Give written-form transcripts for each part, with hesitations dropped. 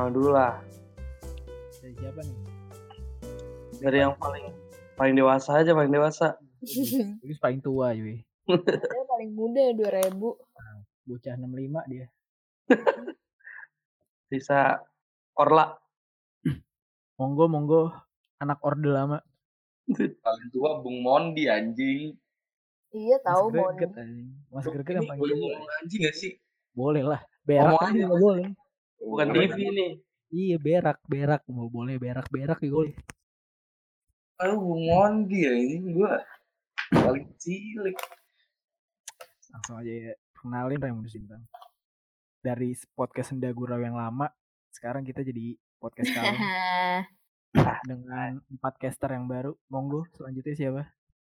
perkenalan dulu lah. Dari siapa nih? Dari yang paling dewasa aja, paling dewasa. Itu paling tua Yui. Dia paling muda 2000. Bocah 65 dia. Sisa Orla. Monggo anak orde lama. Paling tua Bung Mondi anjing. Iya tahu Mas Mondi. Greget anjing. Mas Greget yang Ini paling boleh tua. ngomong anjing gak sih? Boleh lah. Berak Ngomong aja aja, juga Mas. boleh. Bukan Oh, TV nih. Iya berak mau boleh berak juga boleh. Bung Mondi ya ini gue paling cilik. Langsung aja ya. Kenalin Raimundo Sintang. Dari podcast Senda Gurau yang lama, sekarang kita jadi podcast kalem dengan 4 caster yang baru. Monggo, selanjutnya siapa?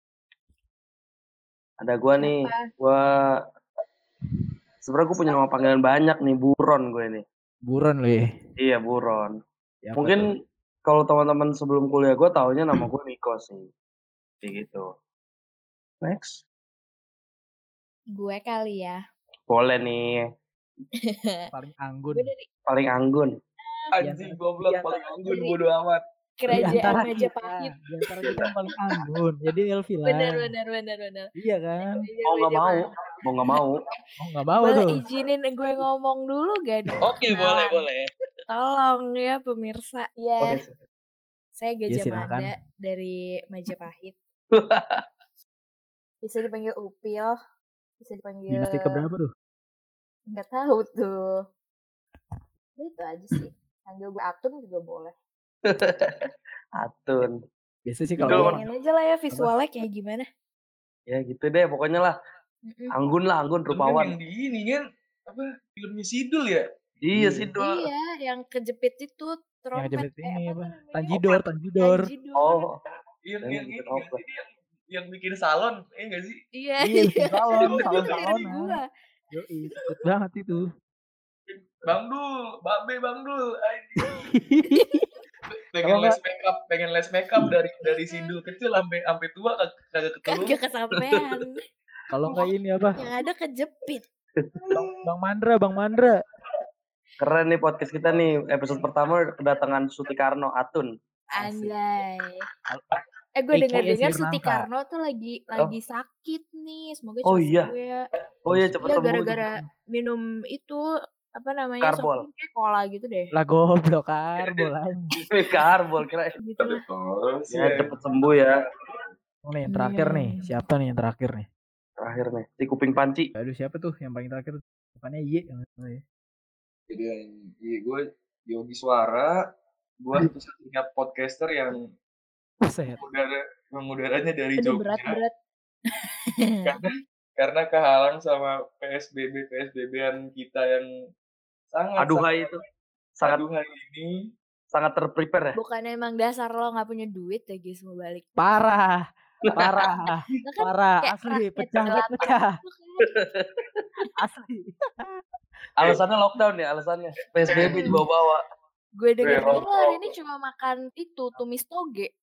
Ada gua nih. Gua sebenarnya gue punya nama panggilan banyak nih, Buron gue nih. Buron loh ya. Iya, Buron. Siapa Mungkin tuh? kalau teman-teman sebelum kuliah gue taunya nama gue Niko sih. Kayak gitu. Next. Gue kali ya. Boleh nih. Paling anggun. Gue dari Paling anggun. Anjing goblok paling anggun bodo amat. kerajaan Majapahit. Di antara kita yang paling anggun. Jadi Elvi lah. Bener. Iya kan? Mau nggak mau. Mau nggak mau. Oh nggak mau Boleh tuh. izinin gue ngomong dulu gak nih? Oke, boleh. Tolong ya pemirsa. Ya, Oke. saya Gajah silakan. Mada dari Majapahit. Bisa dipanggil Upil. Bisa dipanggil... Dinasti keberapa tuh? Nggak tahu tuh. Itu aja sih. Panggil gue Atun juga boleh. Atun. Biasa sih Itu kalau Bayangin aja lah ya visualnya kayak gimana. Ya gitu deh pokoknya lah. Anggun rupawan. Yang di ini kan apa filmnya Sidul ya? Iya sih dua. Iya, yang kejepit itu yang trompet. jepit ini apa apa? namanya? Tanjidor. Tanjidor. Oh. Yang Yang ini bikin kan apa? yang bikin salon, enggak sih? Iya. Iya, bikin salon, Itu salon. keren gua. Yoi, ikut banget itu. Bang Dul, Bang Dul, anjing. Kalau pengen les makeup dari Sidul kecil sampai tua kagak ketemu. Kagak kesampean. Kalau nggak ini apa? Yang ada kejepit. Bang Mandra. Keren nih podcast kita nih. Episode pertama kedatangan Sutikarno Atun. Anjay. Gue AKA dengar Sri Sutikarno tuh lagi sakit nih. Semoga Oh, cepat iya. sembuh ya. Oh iya cepet Iya sembuh. gara-gara minum itu apa namanya? Karbol. Kayak cola gitu deh. Lah goblok karbol anjing. Karbol kira. Gitu lah. Ya cepet sembuh ya. Oh, nih yang terakhir nih. Siapa nih yang terakhir nih? Terakhir nih. Di kuping panci. Aduh siapa tuh yang paling terakhir? Depannya Y yang ya. Jadi gue Yogi Suara, gue satu-satunya podcaster yang Buset. udaranya dari Aduh Jogja. berat. karena kehalang sama PSBB-an kita yang sangat Aduhai itu. Sangat aduhai ini. sangat terprepare ya. Bukannya emang dasar lo nggak punya duit ya guys mau balik. Parah. Nah, kan kayak Asli rakyat pecah. jelata. Asli. Alasannya lockdown ya alasannya. PSBB dibawa-bawa. Gue denger Rokok. hari ini cuma makan itu tumis toge.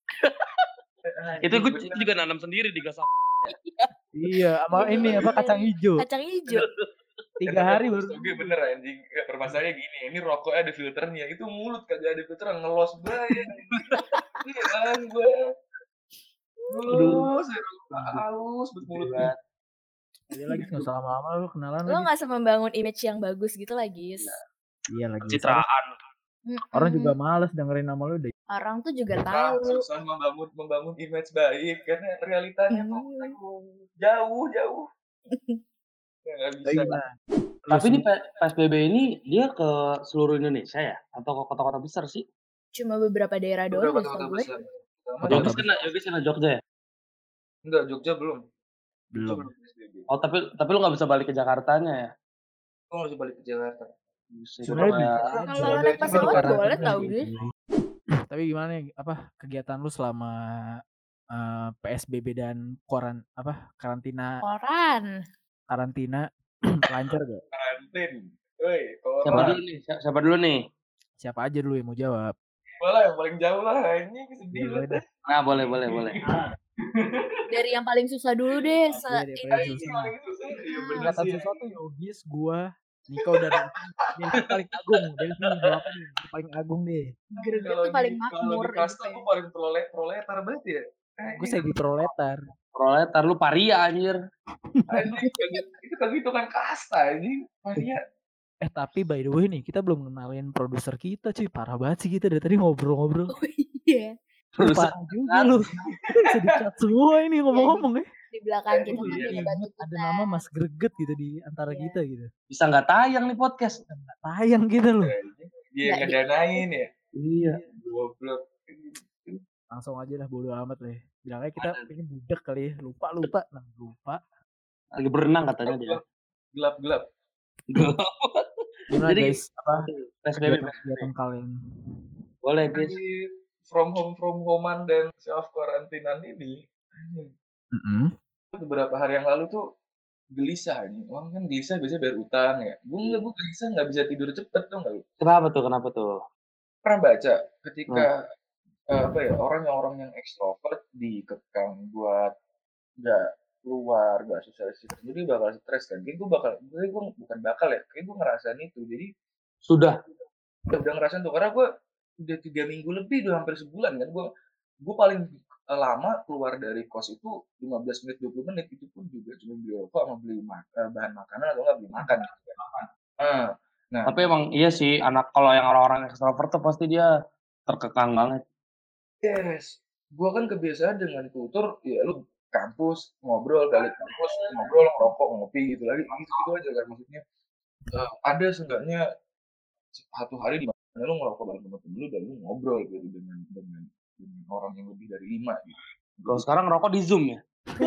Itu gue juga nanam sendiri di Gasak. Iya, sama ini apa kacang hijau. Kacang hijau. 3 hari baru. Oke bener anjing. Permasalahannya gini, ini rokoknya ada filternya. Itu mulut kagak ada filter, ngelos banget. Iya kan gue. Ngelos, halus buat mulutnya. Dia lagi nggak usah lama-lama lu kenalan Lo lagi. nggak usah membangun image yang bagus gitu lah guys. Iya lagi. Citraan. Orang juga males dengerin nama lu deh. Orang tuh juga tahu. Susah membangun image baik karena realitanya tuh jauh. Ya nggak bisa. Tapi ini PSBB ini dia ke seluruh Indonesia ya? Atau ke kota-kota besar sih? Cuma beberapa daerah doang Beberapa setahu kota gue. besar. Yogi kena Jogja ya? Enggak, Jogja belum. Belum. PSBB. Oh tapi lu nggak bisa balik ke Jakartanya ya? Oh, masih balik ke Jakarta. Sebenarnya Kalau lo naik pesawat boleh tau gue. Tapi gimana ya, apa kegiatan lu selama PSBB dan karantina lancar gak? Karantin. Woi, Siapa dulu nih? Siapa aja dulu yang mau jawab? Boleh yang paling jauh lah, ini sedih Boleh banget. deh. Nah boleh. Dari yang paling susah dulu deh. Iya, dia paling susah. Iya, bener Kata sih. susah tuh Yogis, gua, Niko dan Delvin paling agung. Delvin berapa nih? Paling agung deh. Greget Kalau tuh paling di kalau makmur di kasta gitu gue ya. paling proletar banget ya. Gue segi proletar. Proletar lu paria anjir. Itu kagak itu kan kasta ini paria. Tapi by the way nih, kita belum kenalin produser kita cuy. Parah banget sih kita dari tadi ngobrol-ngobrol. Oh iya. Produser Parah juga lu. Kita bisa di-cut semua ini ngomong-ngomong ya. Di belakang kita Gue kan jadi ada batu inget ada kita. nama Mas Greget gitu di antara Iya. kita gitu. bisa nggak tayang nih podcast. Nggak tayang kita loh. Dia Nggak ngedanain ya. Iya. Goblok. Langsung aja lah bodo amat lah ya. Bilangnya kita pengen budak kali ya. Lupa. Nah lupa. Lagi berenang katanya dia. Gelap. Gimana Jadi, guys? Apa PSBB. kegiatan kalian? Boleh guys. Di from homean dan self karantinan ini. Beberapa hari yang lalu tuh gelisah nih. Orang kan gelisah biasanya bayar utang ya. Gue gelisah nggak bisa tidur cepet tuh nggak lu? Kenapa tuh? Pernah baca ketika orang yang ekstrovert dikekang buat nggak keluar, nggak sosialisasi, jadi bakal stres kan. Gue bukan bakal ya. Kayak gue ngerasain itu. Jadi Sudah. udah ngerasain tuh karena gue udah 3 minggu lebih, udah hampir sebulan kan. Gue paling lama keluar dari kos itu 15 menit 20 menit, itu pun juga cuma beli rokok sama beli bahan makanan atau nggak beli makan gitu kan. Nah, Tapi emang iya sih, kalau yang orang-orang ekstrovert tuh pasti dia terkekang banget. yes, gue kan kebiasaan dengan kultur ya lu kampus ngobrol, balik kampus ngobrol, ngerokok, ngopi gitu lagi, gitu aja kan. Maksudnya ada seenggaknya 1 hari di mana lu ngerokok bareng temen lu dan lu ngobrol gitu dengan orang yang lebih dari 5 gitu. Kalau sekarang ngerokok di Zoom ya?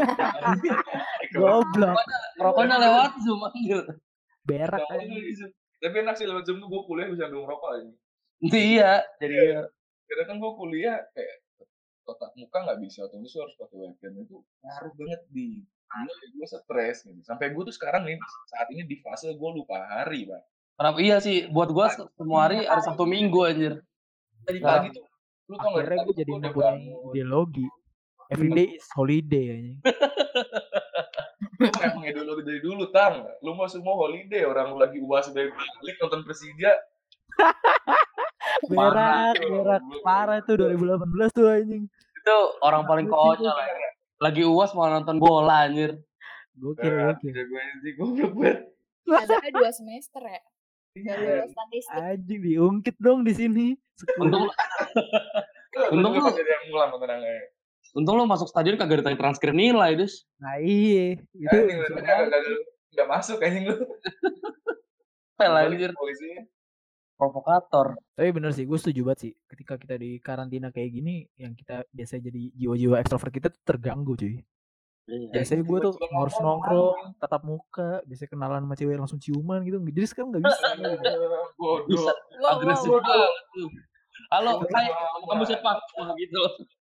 Goblok. Ngerokoknya lewat Zoom anjir. Berak. Tapi enak sih lewat Zoom tuh, gue kuliah bisa sambil ngerokok aja. Iya, jadi Karena kan gue kuliah kayak tatap muka nggak bisa, otomatis lu harus pakai webcam. Itu ngaruh banget di gue stres gitu. Sampai gue tuh sekarang nih saat ini di fase gue lupa hari, Pak. kenapa iya sih, buat gua semua hari ada Sabtu Minggu anjir. Tadi pagi tuh lu tau nggak? Akhirnya gue jadi mempunyai ideologi. Everyday is holiday anjing. Lu emang ideologi dari dulu, Tang. Lu mau semua holiday, orang lu lagi UAS dari balik nonton Persija. Berak. Parah tuh 2018 tuh anjing. Itu orang paling konyol lah. Lagi UAS mau nonton bola anjir. Gokil. Goblok banget. Ada 2 semester ya. Dari statistik. Anjing diungkit dong di sini. Untung lu jadi yang ngulang tenangnya. Untung lu masuk stadion kagak ditanya transkrip nilai, Dus. Nah iya. Itu Nggak masuk anjing lu. Pel anjir. Provokator. Tapi bener sih, gue setuju banget sih. Ketika kita di karantina kayak gini, yang kita biasa jadi jiwa-jiwa ekstrovert kita tuh terganggu cuy. Biasanya gue tuh harus nongkrong, tatap muka, biasanya kenalan sama cewek langsung ciuman gitu. Jadi sekarang nggak bisa. Bodoh. Agresif banget. Halo, hai, kamu siapa? Gitu.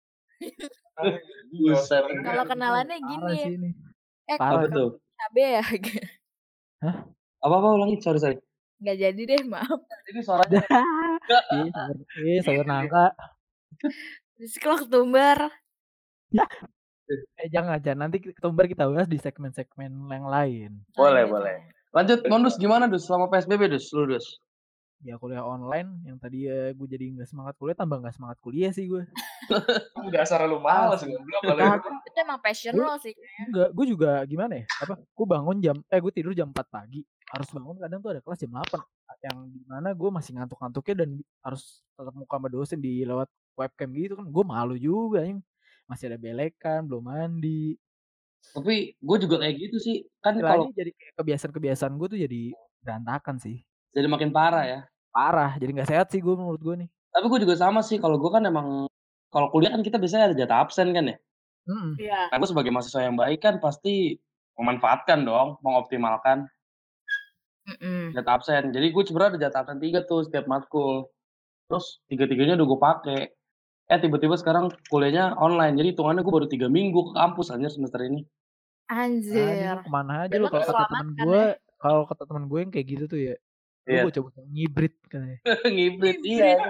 Buset. Kalau kenalannya gini. Parah sih ini. Apa tuh? Cabe ya. Hah? Apa ulangi? Sorry. Nggak jadi deh, maaf. Ini suaranya. Sayur nangka. Risiko ketumbar. Ya. Jangan. Nanti ketumbar kita bahas di segmen-segmen yang lain. Boleh. Lanjut, Mondus gimana, Dus? Selama PSBB, Dus? Lu, Dus? Ya kuliah online, yang tadi ya gue jadi nggak semangat kuliah, tambah nggak semangat kuliah sih gue. Dasar lu malas goblok. Itu emang passion lo sih. Enggak, gue juga gimana ya? Gue bangun gue tidur jam 4 pagi. Harus bangun kadang tuh ada kelas jam 8. Yang dimana gue masih ngantuk-ngantuknya dan harus tetap muka sama dosen di lewat webcam gitu kan. Gue malu juga yang masih ada belekan, belum mandi. Tapi gue juga kayak gitu sih. Kan kalau jadi kebiasaan gue tuh jadi berantakan sih. Jadi makin parah ya. Parah, jadi nggak sehat sih gue menurut gue nih. Tapi gue juga sama sih. Kalau gue kan emang kalau kuliah kan kita biasanya ada jatah absen kan ya. Iya. Nah, gue sebagai mahasiswa yang baik kan pasti memanfaatkan dong, mengoptimalkan jatah absen. Jadi gue sebenarnya ada jatah absen 3 tuh setiap matkul. Terus 3-3-nya udah gue pakai. Tiba-tiba sekarang kuliahnya online. Jadi hitungannya gue baru 3 minggu ke kampus anjir semester ini. Anjir. Kemana aja lo kalau kata teman gue, kalau kata teman gue yang kayak gitu tuh ya. Gue coba ngibrit katanya. Ngibrit iya.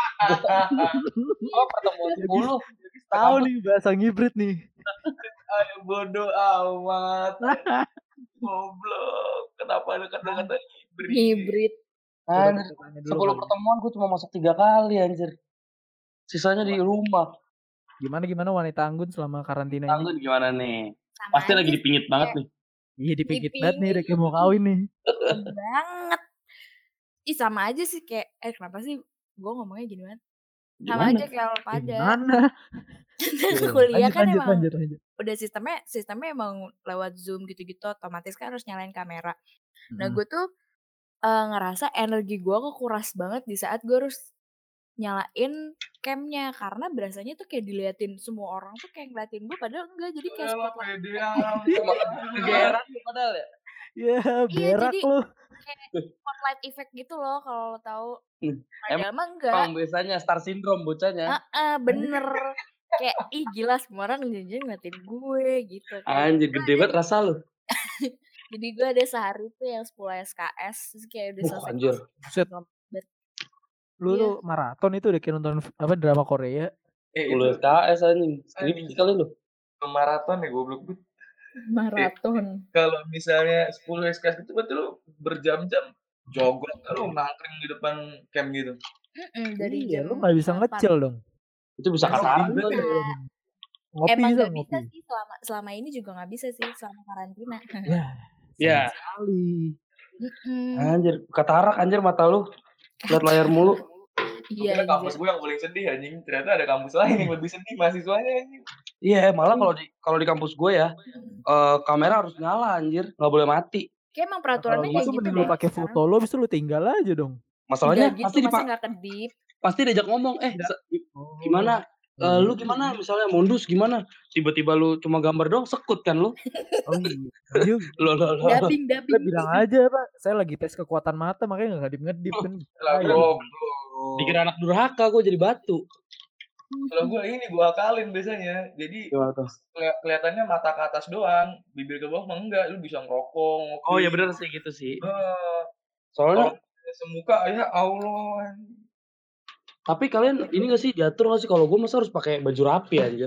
Oh pertemuan 10. Tahu nih bahasa ngibrit nih. Bodoh amat. Goblok. Kenapa ada kata-kata ngibrit? Hibrid. Anjir, Coba tanya dulu 10 kali. pertemuan gue cuma masuk 3 kali anjir. Sisanya di rumah. Gimana wanita Anggun selama karantina ini? Anggun gimana nih? Sama Pasti aja lagi dipingit banget nih. Iya dipingit banget nih, Dipingit. udah kayak mau kawin nih. banget. Ih sama aja sih kayak kenapa sih gue ngomongnya gini banget? Sama Gimana? aja kayak lo pada. Gimana? Kuliah kan Lanjut, emang lanjut. udah sistemnya emang lewat Zoom gitu-gitu, otomatis kan harus nyalain kamera. Nah gue tuh ngerasa energi gue kekuras banget di saat gue harus nyalain camnya karena berasanya tuh kayak diliatin semua orang tuh kayak ngeliatin gue padahal enggak, jadi kayak spotlight Gerak padahal ya. Ya, iya berak jadi lu. kayak spotlight effect gitu loh kalau lo tahu. Padahal mah Emang enggak. biasanya star syndrome bocahnya. Bener kayak ih gila semua orang ngeliatin gue gitu kan. Anjir gede banget rasa lu. Jadi gue ada sehari tuh yang 10 SKS terus kayak udah selesai. Anjir. Buset. Lu tuh maraton itu udah kayak nonton drama Korea. 10 SKS anjing. Skripsi kali lu. Maraton ya goblok. Maraton. Kalau misalnya 10 SKS itu berarti lu berjam-jam jogok lu nangkring di depan camp gitu. Dari Iya, jam lu gak bisa ngecil dong. Itu bisa katarak lu. Ngopi emang bisa gak ngopi. bisa sih selama ini juga gak bisa sih selama karantina. Ya. Sekali. Anjir, katarak anjir mata lu. Lihat layar mulu. Iya. Kampus gue yang paling sedih anjing. Ternyata ada kampus lain yang lebih sedih mahasiswanya anjing. Iya, malah kalau di kampus gue ya, kamera harus nyala anjir, nggak boleh mati. Kayak emang peraturannya kayak gitu mending lu pakai foto lo, habis itu lu tinggal aja dong. Masalahnya gitu, masa nggak kedip. Pasti diajak ngomong, gimana? Lu gimana? Misalnya Mondus gimana? Tiba-tiba lu cuma gambar doang, sekut kan lu? Iya. Lo. Dubbing. Bilang aja Pak, saya lagi tes kekuatan mata makanya nggak ngedip kan. Dikira anak durhaka, gue jadi batu. Kalau gue gue akalin biasanya. Jadi kelihatannya mata ke atas doang, bibir ke bawah mah enggak. Lu bisa ngerokok, ngopi. Oh ya benar sih gitu sih. Soalnya semuka ya Allah. Tapi kalian ini nggak sih diatur nggak sih kalau gue masa harus pakai baju rapi anjir?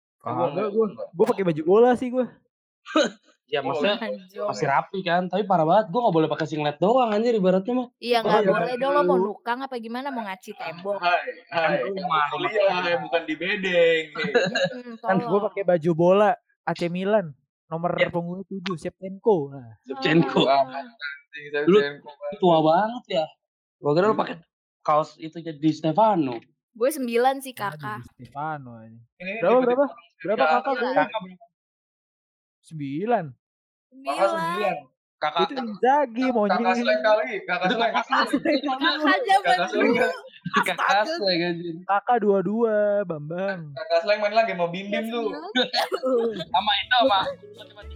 Gue pakai baju bola sih gue. Ya maksudnya masih rapi kan, tapi parah banget gue nggak boleh pakai singlet doang anjir ibaratnya mah. Iya nggak boleh dong, lo mau nukang apa gimana, mau ngaci tembok? Hai, kuliah bukan di bedeng. Kan gue pakai baju bola AC Milan nomor punggung 7 Shevchenko. Shevchenko. Lu tua banget ya. Gue kira lu pakai kaos itu jadi Stefano. Gue 9 sih kakak. Stefano aja. Berapa kakak gue? 9. Kakak itu Inzaghi monyet. Kakak seleng kali. Kakak seleng aja. Kakak 22 Bambang. Kakak seleng main lagi mau bim-bim tuh. Sama itu sama